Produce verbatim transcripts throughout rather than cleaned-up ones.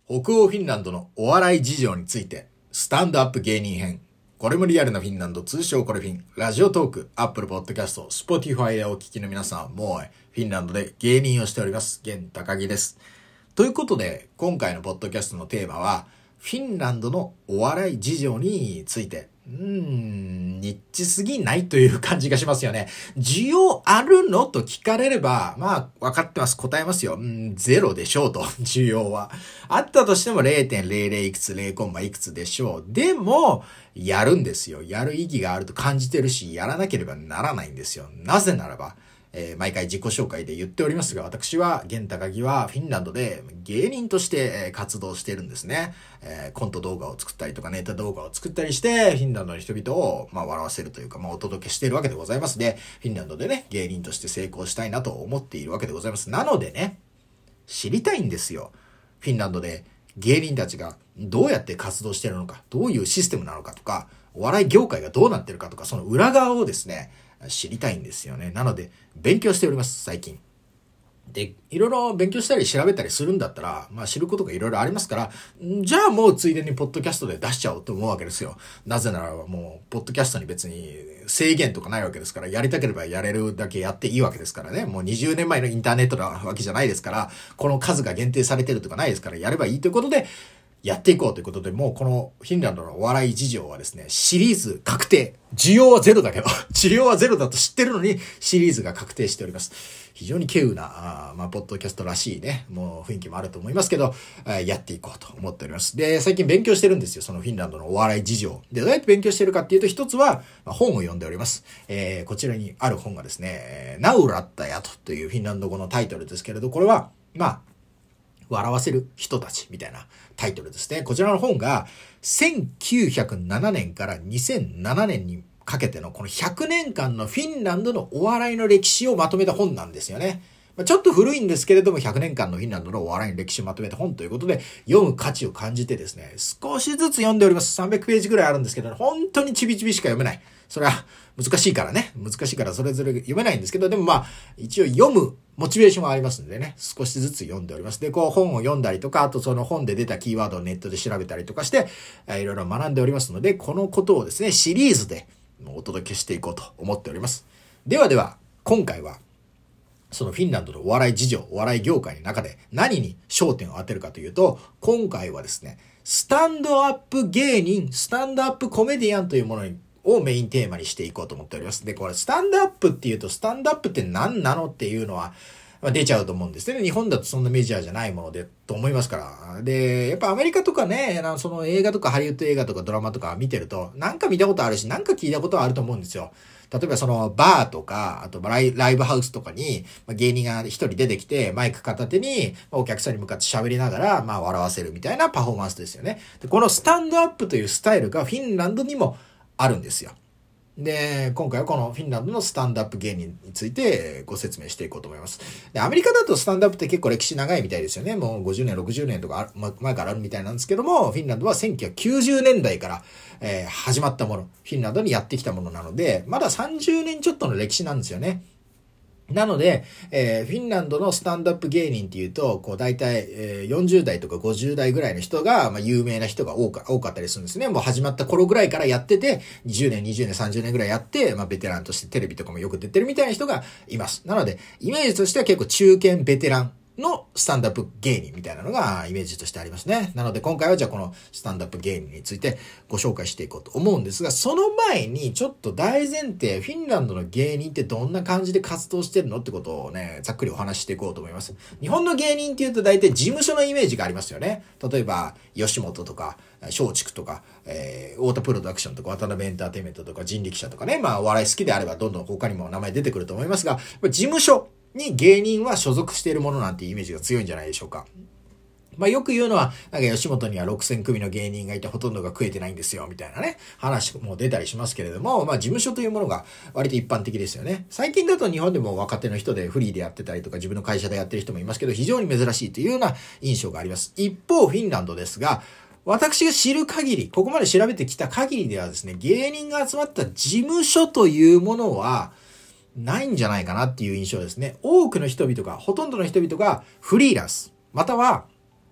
北欧フィンランドのお笑い事情について、スタンドアップ芸人編。これもリアルなフィンランド、通称コレフィン。ラジオトーク、アップルポッドキャスト、スポティファイでお聞きの皆さん、もうフィンランドで芸人をしております。現高木です。ということで、今回のポッドキャストのテーマは、フィンランドのお笑い事情について、うーん、ニッチすぎないという感じがしますよね。需要あるのと聞かれれば、まあ、分かってます。答えますよ。うん、ゼロでしょうと、需要は。あったとしても れいてんれいれい いくつ、れいコンマいくつでしょう。でも、やるんですよ。やる意義があると感じてるし、やらなければならないんですよ。なぜならば、えー、毎回自己紹介で言っておりますが、私は、現高木はフィンランドで芸人として活動しているんですね。えー、コント動画を作ったりとかネタ動画を作ったりして、フィンランドの人々を、まあ、笑わせるというか、まあ、お届けしているわけでございますね。フィンランドでね、芸人として成功したいなと思っているわけでございます。なのでね、知りたいんですよ。フィンランドで芸人たちがどうやって活動しているのか、どういうシステムなのかとか、お笑い業界がどうなってるかとか、その裏側をですね、知りたいんですよね。なので、勉強しております、最近。で、いろいろ勉強したり調べたりするんだったら、まあ知ることがいろいろありますから、じゃあもうついでにポッドキャストで出しちゃおうと思うわけですよ。なぜならばもう、ポッドキャストに別に制限とかないわけですから、やりたければやれるだけやっていいわけですからね。もうにじゅうねんまえのインターネットなわけじゃないですから、この数が限定されてるとかないですから、やればいいということで、やっていこうということで、もうこのフィンランドのお笑い事情はですね、シリーズ確定。需要はゼロだけど、治療はゼロだと知ってるのにシリーズが確定しております。非常に稀有な、あまあ、ポッドキャストらしいね、もう雰囲気もあると思いますけど、やっていこうと思っております。で、最近勉強してるんですよ、そのフィンランドのお笑い事情。で、どうやって勉強してるかっていうと、一つは、まあ、本を読んでおります。えー、こちらにある本がですね、ナウラッタヤトというフィンランド語のタイトルですけれど、これは、まあ、笑わせる人たちみたいなタイトルですね。こちらの本がせんきゅうひゃくななねんからにせんななねんにかけてのこのひゃくねんかんのフィンランドのお笑いの歴史をまとめた本なんですよね。ちょっと古いんですけれどもひゃくねんかんのフィンランドのお笑いの歴史をまとめた本ということで読む価値を感じてですね、少しずつ読んでおります。さんびゃくページぐらいあるんですけど、本当にちびちびしか読めない。それは難しいからね。難しいからそれぞれ読めないんですけど、でもまあ、一応読むモチベーションはありますんでね、少しずつ読んでおります。で、こう本を読んだりとか、あとその本で出たキーワードをネットで調べたりとかして、いろいろ学んでおりますので、このことをですね、シリーズでお届けしていこうと思っております。ではでは、今回は、そのフィンランドのお笑い事情、お笑い業界の中で何に焦点を当てるかというと、今回はですね、スタンドアップ芸人、スタンドアップコメディアンというものにをメインテーマにしていこうと思っております。で、これスタンドアップっていうと、スタンドアップって何なのっていうのは出ちゃうと思うんですね。日本だとそんなメジャーじゃないものでと思いますから。で、やっぱアメリカとかね、その映画とかハリウッド映画とかドラマとか見てると、なんか見たことあるし、なんか聞いたことはあると思うんですよ。例えばそのバーとか、あとライブハウスとかに芸人が一人出てきてマイク片手にお客さんに向かって喋りながらまあ笑わせるみたいなパフォーマンスですよね。で、このスタンドアップというスタイルがフィンランドにもあるんですよ。で、今回はこのフィンランドのスタンドアップ芸人についてご説明していこうと思います。で、アメリカだとスタンドアップって結構歴史長いみたいですよね。もうごじゅうねん、ろくじゅうねんとか前からあるみたいなんですけども、フィンランドはせんきゅうひゃくきゅうじゅうねんだいから、えー、始まったもの、フィンランドにやってきたものなので、まださんじゅうねんちょっとの歴史なんですよね。なので、えー、フィンランドのスタンドアップ芸人っていうと、こう大体、えー、よんじゅうだいとかごじゅうだいぐらいの人が、まあ有名な人が多か、多かったりするんですね。もう始まった頃ぐらいからやってて、じゅうねん、にじゅうねん、さんじゅうねんぐらいやって、まあベテランとしてテレビとかもよく出てるみたいな人がいます。なので、イメージとしては結構中堅ベテランのスタンドアップ芸人みたいなのがイメージとしてありますね。なので今回はじゃあこのスタンドアップ芸人についてご紹介していこうと思うんですが、その前にちょっと大前提、フィンランドの芸人ってどんな感じで活動してるのってことをね、ざっくりお話ししていこうと思います。日本の芸人っていうと大体事務所のイメージがありますよね。例えば吉本とか松竹とか、えー、太田プロダクションとか渡辺エンターテインメントとか人力車とかね、まあお笑い好きであればどんどん他にも名前出てくると思いますが、事務所に芸人は所属しているものなんていうイメージが強いんじゃないでしょうか。まあよく言うのは、なんか吉本にはろくせんくみの芸人がいてほとんどが食えてないんですよ、みたいなね、話も出たりしますけれども、まあ事務所というものが割と一般的ですよね。最近だと日本でも若手の人でフリーでやってたりとか自分の会社でやってる人もいますけど、非常に珍しいというような印象があります。一方、フィンランドですが、私が知る限り、ここまで調べてきた限りではですね、芸人が集まった事務所というものは、ないんじゃないかなっていう印象ですね。多くの人々が、ほとんどの人々がフリーランス、または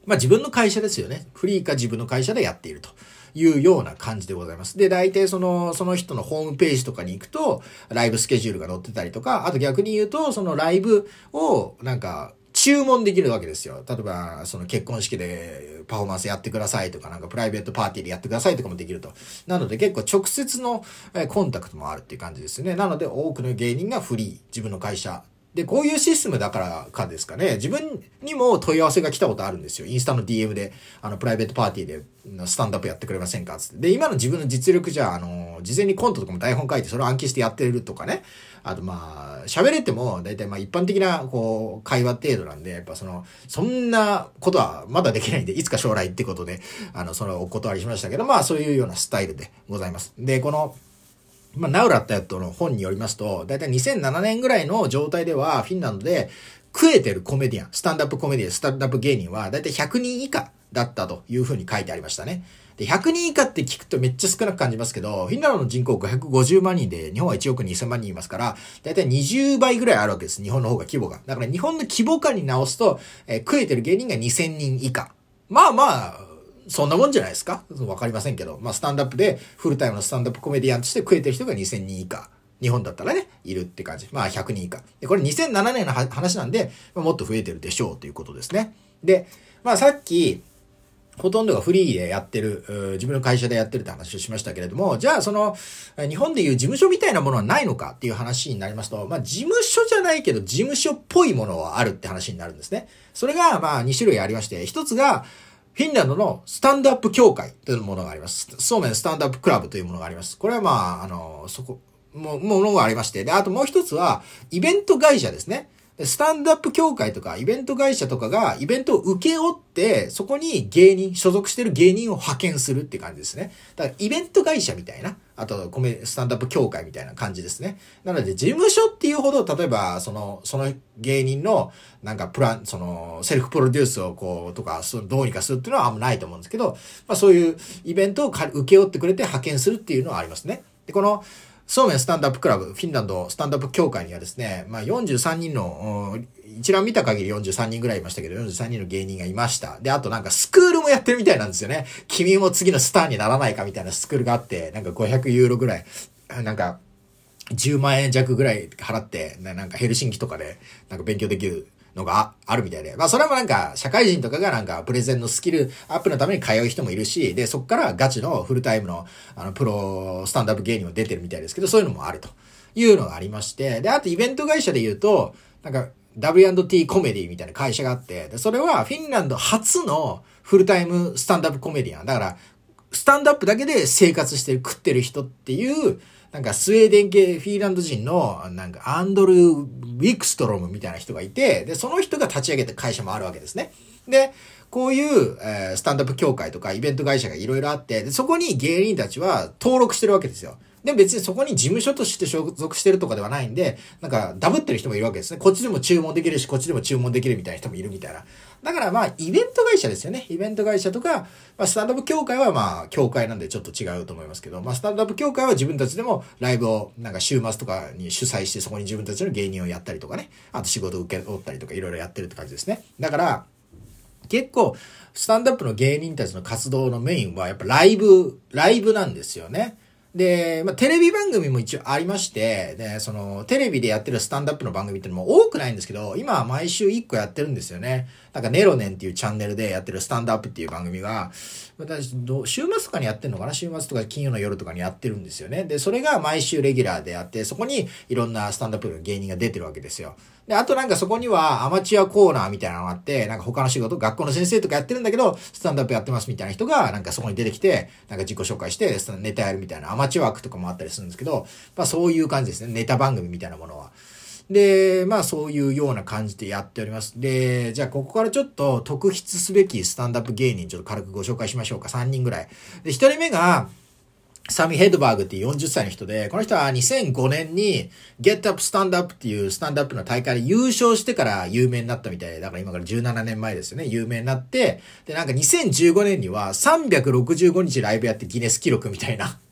まあ自分の会社ですよね。フリーか自分の会社でやっているというような感じでございます。で、大体その、その人のホームページとかに行くと、ライブスケジュールが載ってたりとか、あと逆に言うと、そのライブをなんか注文できるわけですよ。例えば、その結婚式でパフォーマンスやってくださいとか、なんかプライベートパーティーでやってくださいとかもできると。なので結構直接のコンタクトもあるっていう感じですね。なので多くの芸人がフリー、自分の会社、で、こういうシステムだからかですかね。自分にも問い合わせが来たことあるんですよ。インスタの ディーエム で、あの、プライベートパーティーでスタンドアップやってくれませんかつって。で、今の自分の実力じゃ、あの、事前にコントとかも台本書いてそれを暗記してやってるとかね。あと、まあ、喋れても、だいたいまあ一般的な、こう、会話程度なんで、やっぱその、そんなことはまだできないんで、いつか将来ってことで、あの、それをお断りしましたけど、まあ、そういうようなスタイルでございます。で、この、まあ、ナウラッタヤットの本によりますと、だいたいにせんななねんぐらいの状態では、フィンランドで食えてるコメディアン、スタンダップコメディアン、スタンダップ芸人は、だいたいひゃくにん以下だったというふうに書いてありましたね。で、ひゃくにん以下って聞くとめっちゃ少なく感じますけど、フィンランドの人口ごひゃくごじゅうまんにんで、日本はいちおくにせんまんにんいますから、だいたいにじゅうばいぐらいあるわけです。日本の方が規模が。だから日本の規模感に直すと、えー、食えてる芸人がにせんにん以下。まあまあ、そんなもんじゃないですか？わかりませんけど。まあ、スタンダップで、フルタイムのスタンダップコメディアンとして食えてる人がにせんにん以下。日本だったらね、いるって感じ。まあ、ひゃくにん以下。で、これにせんななねんの話なんで、まあ、もっと増えてるでしょうということですね。で、まあ、さっき、ほとんどがフリーでやってる、自分の会社でやってるって話をしましたけれども、じゃあその、日本でいう事務所みたいなものはないのかっていう話になりますと、まあ事務所じゃないけど事務所っぽいものはあるって話になるんですね。それがまあに種類ありまして、一つが、フィンランドのスタンドアップ協会というものがあります。そうめんスタンドアップクラブというものがあります。これはまあ、あの、そこ、も、ものがありまして。で、あともう一つは、イベント会社ですね。スタンドアップ協会とかイベント会社とかがイベントを請け負って、そこに芸人、所属してる芸人を派遣するって感じですね。だからイベント会社みたいな、あとコメ、スタンドアップ協会みたいな感じですね。なので事務所っていうほど、例えばその、その芸人のなんかプラン、そのセルフプロデュースをこうとか、どうにかするっていうのはあんまないと思うんですけど、まあそういうイベントを請け負ってくれて派遣するっていうのはありますね。で、この、そうめんスタンドアップクラブ、フィンランドスタンドアップ協会にはですね、まあよんじゅうさんにんの、一覧見た限りよんじゅうさんにんぐらいいましたけど、よんじゅうさんにんの芸人がいました。で、あとなんかスクールもやってるみたいなんですよね。君も次のスターにならないかみたいなスクールがあって、なんかごひゃくユーロぐらい、なんかじゅうまんえん弱ぐらい払って、なんかヘルシンキとかでなんか勉強できるのがあるみたいで。まあそれもなんか社会人とかがなんかプレゼンのスキルアップのために通う人もいるし、で、そっからガチのフルタイムのあのプロスタンドアップ芸人も出てるみたいですけど、そういうのもあるというのがありまして、で、あとイベント会社で言うと、なんかダブリューアンドティー コメディみたいな会社があって、で、それはフィンランド初のフルタイムスタンドアップコメディアン。だから、スタンドアップだけで生活してる、食ってる人っていう、なんかスウェーデン系フィンランド人の、なんかアンドル・ウィクストロムみたいな人がいて、で、その人が立ち上げた会社もあるわけですね。で、こういう、えー、スタンドアップ協会とかイベント会社がいろいろあって、で、そこに芸人たちは登録してるわけですよ。で、別にそこに事務所として所属してるとかではないんで、なんかダブってる人もいるわけですね。こっちでも注文できるし、こっちでも注文できるみたいな人もいるみたいな。だからまあ、イベント会社ですよね。イベント会社とか、まあ、スタンドアップ協会はまあ、協会なんでちょっと違うと思いますけど、まあ、スタンドアップ協会は自分たちでもライブをなんか週末とかに主催してそこに自分たちの芸人をやったりとかね、あと仕事を受け負ったりとかいろいろやってるって感じですね。だから、結構、スタンドアップの芸人たちの活動のメインはやっぱライブ、ライブなんですよね。で、まあ、テレビ番組も一応ありまして、で、その、テレビでやってるスタンドアップの番組ってのも多くないんですけど、今は毎週一個やってるんですよね。なんかネロネンっていうチャンネルでやってるスタンドアップっていう番組が、私、週末とかにやってるのかな？週末とか金曜の夜とかにやってるんですよね。で、それが毎週レギュラーでやって、そこにいろんなスタンドアップの芸人が出てるわけですよ。で、あとなんかそこにはアマチュアコーナーみたいなのがあって、なんか他の仕事、学校の先生とかやってるんだけど、スタンドアップやってますみたいな人が、なんかそこに出てきて、なんか自己紹介して、ネタやるみたいなアマチュア枠とかもあったりするんですけど、まあそういう感じですね。ネタ番組みたいなものは。で、まあそういうような感じでやっております。で、じゃあここからちょっと特筆すべきスタンドアップ芸人ちょっと軽くご紹介しましょうか。さんにんぐらい。で、ひとりめが、サミ・ヘッドバーグっていうよんじゅっさいの人で、この人はにせんごねんに Get Up Stand Up っていうスタンドアップの大会で優勝してから有名になったみたいで、だから今からじゅうななねんまえですよね、有名になって、で、なんかにせんじゅうごねんにはさんびゃくろくじゅうごにちライブやってギネス記録みたいな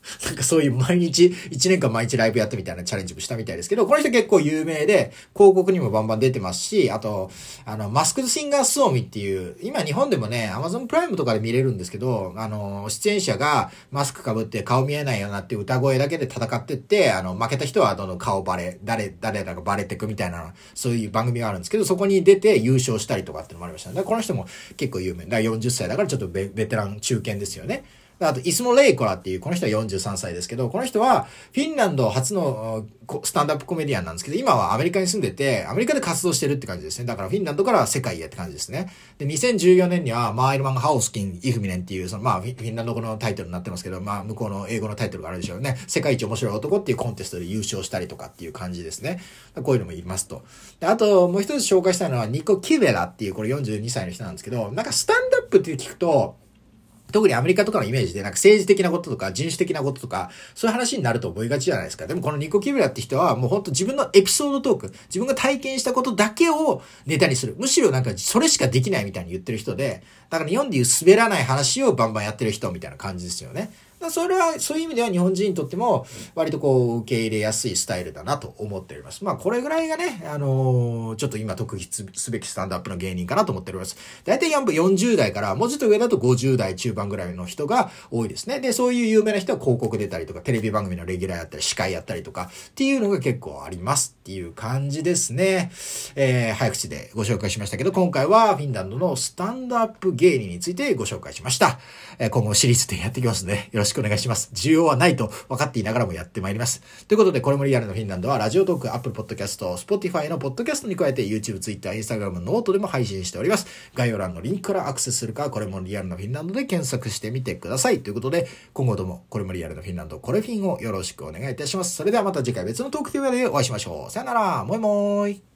なんかそういう毎日、一年間毎日ライブやってみたいなチャレンジもしたみたいですけど、この人結構有名で、広告にもバンバン出てますし、あと、あの、マスクドシンガースオミっていう、今日本でもね、アマゾンプライムとかで見れるんですけど、あの、出演者がマスク被って顔見えないようになって歌声だけで戦ってって、あの、負けた人はどんどん顔バレ、誰、誰だかバレてくみたいな、そういう番組があるんですけど、そこに出て優勝したりとかっていうのもありましたね。この人も結構有名。だからよんじゅっさいだからちょっとベ、ベテラン中堅ですよね。あと、イスモ・レイコラっていう、この人はよんじゅうさんさいですけど、この人は、フィンランド初のスタンドアップコメディアンなんですけど、今はアメリカに住んでて、アメリカで活動してるって感じですね。だからフィンランドから世界へって感じですね。で、にせんじゅうよねんには、マーイルマン・ハウスキン・イフミネンっていう、その、まあ、フィンランド語のタイトルになってますけど、まあ、向こうの英語のタイトルがあるでしょうね。世界一面白い男っていうコンテストで優勝したりとかっていう感じですね。こういうのもいますと。で、あと、もう一つ紹介したいのは、ニコ・キベラっていう、これよんじゅうにさいの人なんですけど、なんかスタンドアップって聞くと、特にアメリカとかのイメージでなんか政治的なこととか人種的なこととかそういう話になると思いがちじゃないですか。でもこのニコ・キベラって人はもうほんと自分のエピソードトーク、自分が体験したことだけをネタにする。むしろなんかそれしかできないみたいに言ってる人で、だから日本でいう滑らない話をバンバンやってる人みたいな感じですよね。それは、そういう意味では日本人にとっても割とこう受け入れやすいスタイルだなと思っております。まあこれぐらいがね、あのー、ちょっと今特筆すべきスタンドアップの芸人かなと思っております。だいたいよんじゅうだいからもうちょっと上だとごじゅうだい中盤ぐらいの人が多いですね。で、そういう有名な人は広告出たりとかテレビ番組のレギュラーやったり司会やったりとかっていうのが結構ありますっていう感じですね。えー、早口でご紹介しましたけど、今回はフィンランドのスタンドアップ芸人についてご紹介しました。えー、今後シリーズでやっていきますので、よろしくお願いします。需要はないと分かっていながらもやってまいります。ということで、これもリアルのフィンランドは、ラジオトーク、Apple Podcast、Spotify のポッドキャストに加えて、YouTube、Twitter、Instagram、ノートでも配信しております。概要欄のリンクからアクセスするか、これもリアルのフィンランドで検索してみてください。ということで、今後とも、これもリアルのフィンランド、これフィンをよろしくお願いいたします。それではまた次回別のトークテーマでお会いしましょう。さよなら、もいもーい。